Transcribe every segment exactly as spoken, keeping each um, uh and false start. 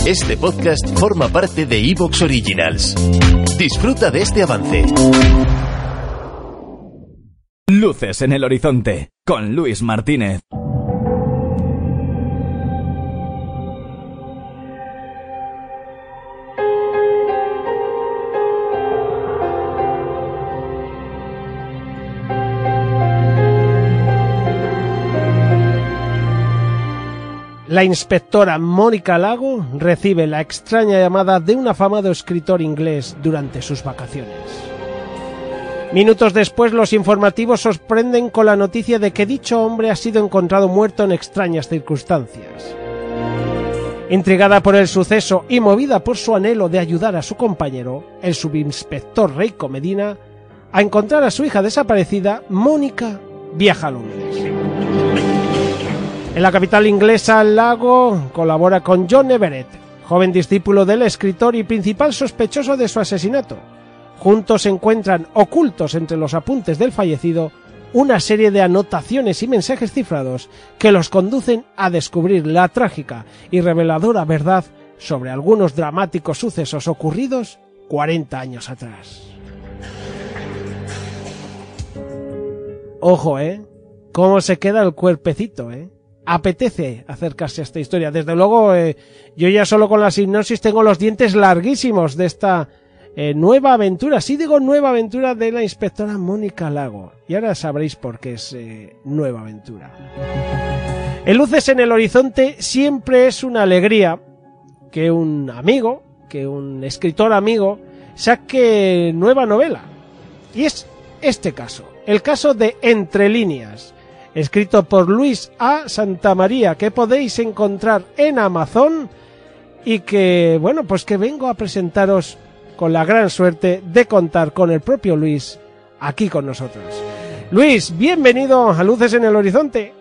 Este podcast forma parte de iVoox Originals. Disfruta de este avance. Luces en el horizonte, con Luis Martínez. La inspectora Mónica Lago recibe la extraña llamada de un afamado escritor inglés durante sus vacaciones. Minutos después, los informativos sorprenden con la noticia de que dicho hombre ha sido encontrado muerto en extrañas circunstancias. Intrigada por el suceso y movida por su anhelo de ayudar a su compañero, el subinspector Reiko Medina, a encontrar a su hija desaparecida, Mónica viaja a Londres. En la capital inglesa, Lago colabora con John Everett, joven discípulo del escritor y principal sospechoso de su asesinato. Juntos encuentran, ocultos entre los apuntes del fallecido, una serie de anotaciones y mensajes cifrados que los conducen a descubrir la trágica y reveladora verdad sobre algunos dramáticos sucesos ocurridos cuarenta años atrás. Ojo, ¿eh? Cómo se queda el cuerpecito, ¿eh? Apetece acercarse a esta historia. Desde luego, eh, yo ya solo con la sinopsis tengo los dientes larguísimos de esta eh, nueva aventura. Sí digo nueva aventura de la inspectora Mónica Lago. Y ahora sabréis por qué es eh, nueva aventura. En Luces en el horizonte siempre es una alegría que un amigo, que un escritor amigo, saque nueva novela. Y es este caso, el caso de Entre líneas, escrito por Luis A. Santamaría, que podéis encontrar en Amazon y que, bueno, pues que vengo a presentaros con la gran suerte de contar con el propio Luis aquí con nosotros. Luis, bienvenido a Luces en el Horizonte.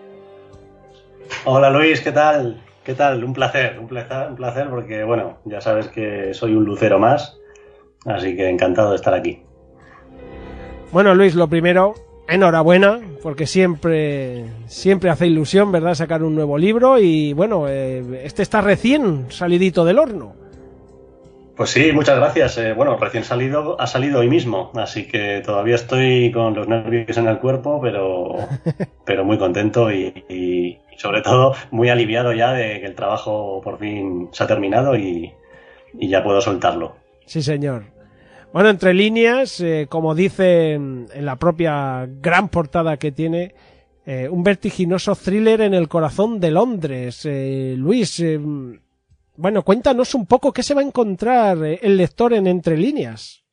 Hola Luis, ¿qué tal? ¿Qué tal? Un placer, un placer, un placer porque, bueno, ya sabes que soy un lucero más, así que encantado de estar aquí. Bueno, Luis, lo primero, enhorabuena, porque siempre siempre hace ilusión, ¿verdad?, sacar un nuevo libro y, bueno, eh, este está recién salidito del horno. Pues sí, muchas gracias. Eh, bueno, recién salido, ha salido hoy mismo, así que todavía estoy con los nervios en el cuerpo, pero, pero muy contento y, y sobre todo muy aliviado ya de que el trabajo por fin se ha terminado y, y ya puedo soltarlo. Sí, señor. Bueno, Entre líneas, eh, como dice en la propia gran portada que tiene, eh, un vertiginoso thriller en el corazón de Londres. Eh, Luis, eh, bueno, cuéntanos un poco qué se va a encontrar el lector en Entre líneas.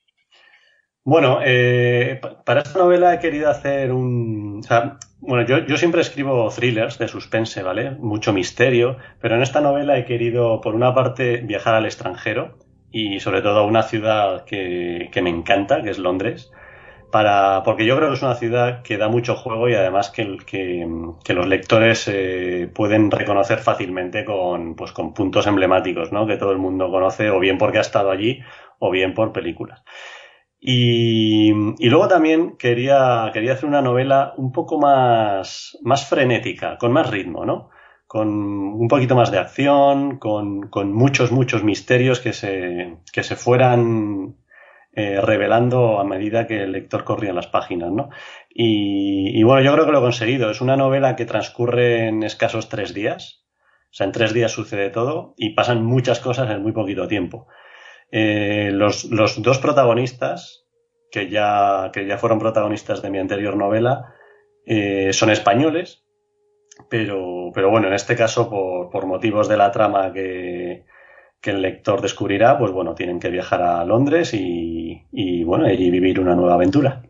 Bueno, eh, para esta novela he querido hacer un... O sea, bueno, yo, yo siempre escribo thrillers de suspense, ¿vale? Mucho misterio, pero en esta novela he querido, por una parte, viajar al extranjero y sobre todo a una ciudad que, que me encanta, que es Londres, para porque yo creo que es una ciudad que da mucho juego y además que, que, que los lectores eh, pueden reconocer fácilmente con, pues, con puntos emblemáticos, ¿no?, que todo el mundo conoce, o bien porque ha estado allí o bien por películas. Y, y luego también quería, quería hacer una novela un poco más, más frenética, con más ritmo, ¿no?, con un poquito más de acción, con, con muchos, muchos misterios que se, que se fueran eh, revelando a medida que el lector corría las páginas, ¿no? Y, y bueno, yo creo que lo he conseguido. Es una novela que transcurre en escasos tres días. O sea, en tres días sucede todo y pasan muchas cosas en muy poquito tiempo. Eh, los, los dos protagonistas, que ya, que ya fueron protagonistas de mi anterior novela, eh, son españoles. Pero, pero bueno, en este caso, por, por motivos de la trama que, que el lector descubrirá, pues bueno, tienen que viajar a Londres y, y bueno, allí vivir una nueva aventura.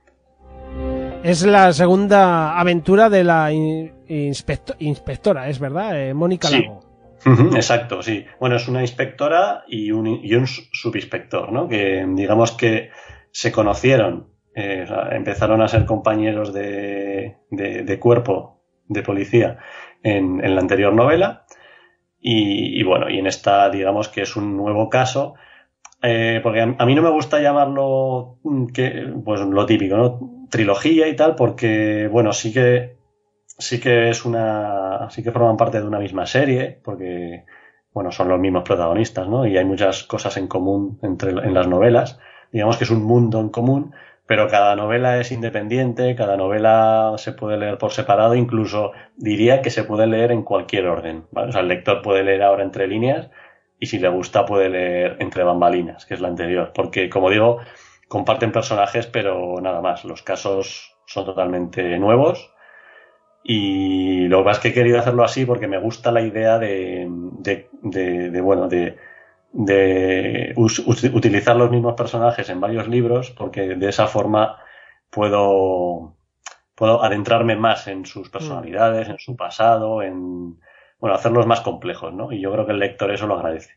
Es la segunda aventura de la inspecto- inspectora, ¿es verdad? Eh, Mónica Lago. Sí. Uh-huh, exacto, sí. Bueno, es una inspectora y un, y un subinspector, ¿no? Que digamos que se conocieron, eh, o sea, empezaron a ser compañeros de, de, de cuerpo de policía en, en la anterior novela y, y bueno, y en esta digamos que es un nuevo caso, eh, porque a, a mí no me gusta llamarlo que, pues lo típico, ¿no?, trilogía y tal, porque bueno, sí que sí que es una sí que forman parte de una misma serie, porque bueno, son los mismos protagonistas, ¿no? Y hay muchas cosas en común entre en las novelas. Digamos que es un mundo en común, pero cada novela es independiente, cada novela se puede leer por separado, incluso diría que se puede leer en cualquier orden, ¿vale? O sea, el lector puede leer ahora entre líneas y si le gusta puede leer entre bambalinas, que es la anterior, porque, como digo, comparten personajes, pero nada más. Los casos son totalmente nuevos y lo que pasa es que he querido hacerlo así porque me gusta la idea de, de, de, de bueno, de de us, utilizar los mismos personajes en varios libros, porque de esa forma puedo puedo adentrarme más en sus personalidades, en su pasado, en bueno, hacerlos más complejos, ¿no? Y yo creo que el lector eso lo agradece.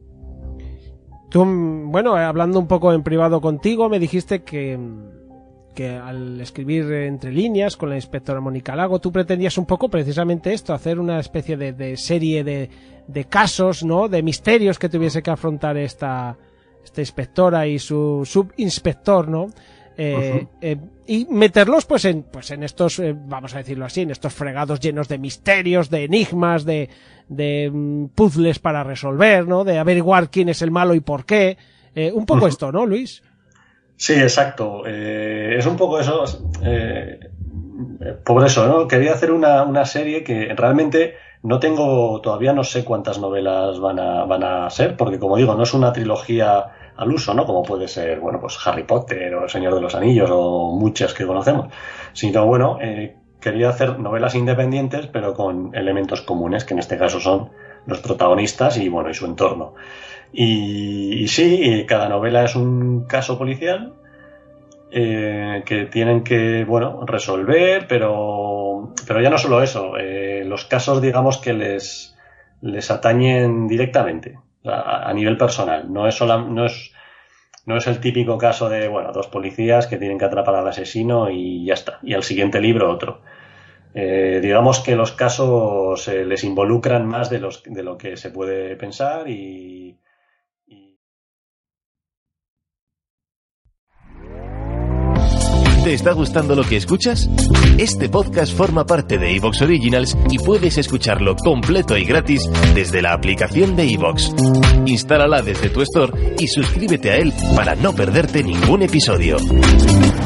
Tú, bueno, hablando un poco en privado contigo, me dijiste que que al escribir entre líneas con la inspectora Mónica Lago, tú pretendías un poco precisamente esto, hacer una especie de, de serie de, de casos, ¿no? De misterios que tuviese que afrontar esta, esta inspectora y su subinspector, ¿no? Eh, uh-huh. eh, y meterlos pues en, pues en estos, eh, vamos a decirlo así, en estos fregados llenos de misterios, de enigmas, de, de um, puzzles para resolver, ¿no? De averiguar quién es el malo y por qué. Eh, un poco uh-huh. esto, ¿no, Luis? Sí, exacto. Eh, es un poco eso. Eh, por eso, ¿no? Quería hacer una, una serie que realmente no tengo, todavía no sé cuántas novelas van a, van a ser, porque como digo, no es una trilogía al uso, ¿no? Como puede ser, bueno, pues Harry Potter o El Señor de los Anillos o muchas que conocemos. Sino, bueno, eh, quería hacer novelas independientes, pero con elementos comunes, que en este caso son los protagonistas y, bueno, y su entorno. Y, y sí, cada novela es un caso policial eh, que tienen que, bueno, resolver, pero, pero ya no solo eso, eh, los casos, digamos, que les, les atañen directamente a, a nivel personal. No es, sola, no es, no es el típico caso de, bueno, dos policías que tienen que atrapar al asesino y ya está, y al siguiente libro otro. Eh, digamos que los casos eh, les involucran más de, los, de lo que se puede pensar y ¿Te está gustando lo que escuchas? Este podcast forma parte de iVoox Originals y puedes escucharlo completo y gratis desde la aplicación de iVoox. Instálala desde tu store y suscríbete a él para no perderte ningún episodio.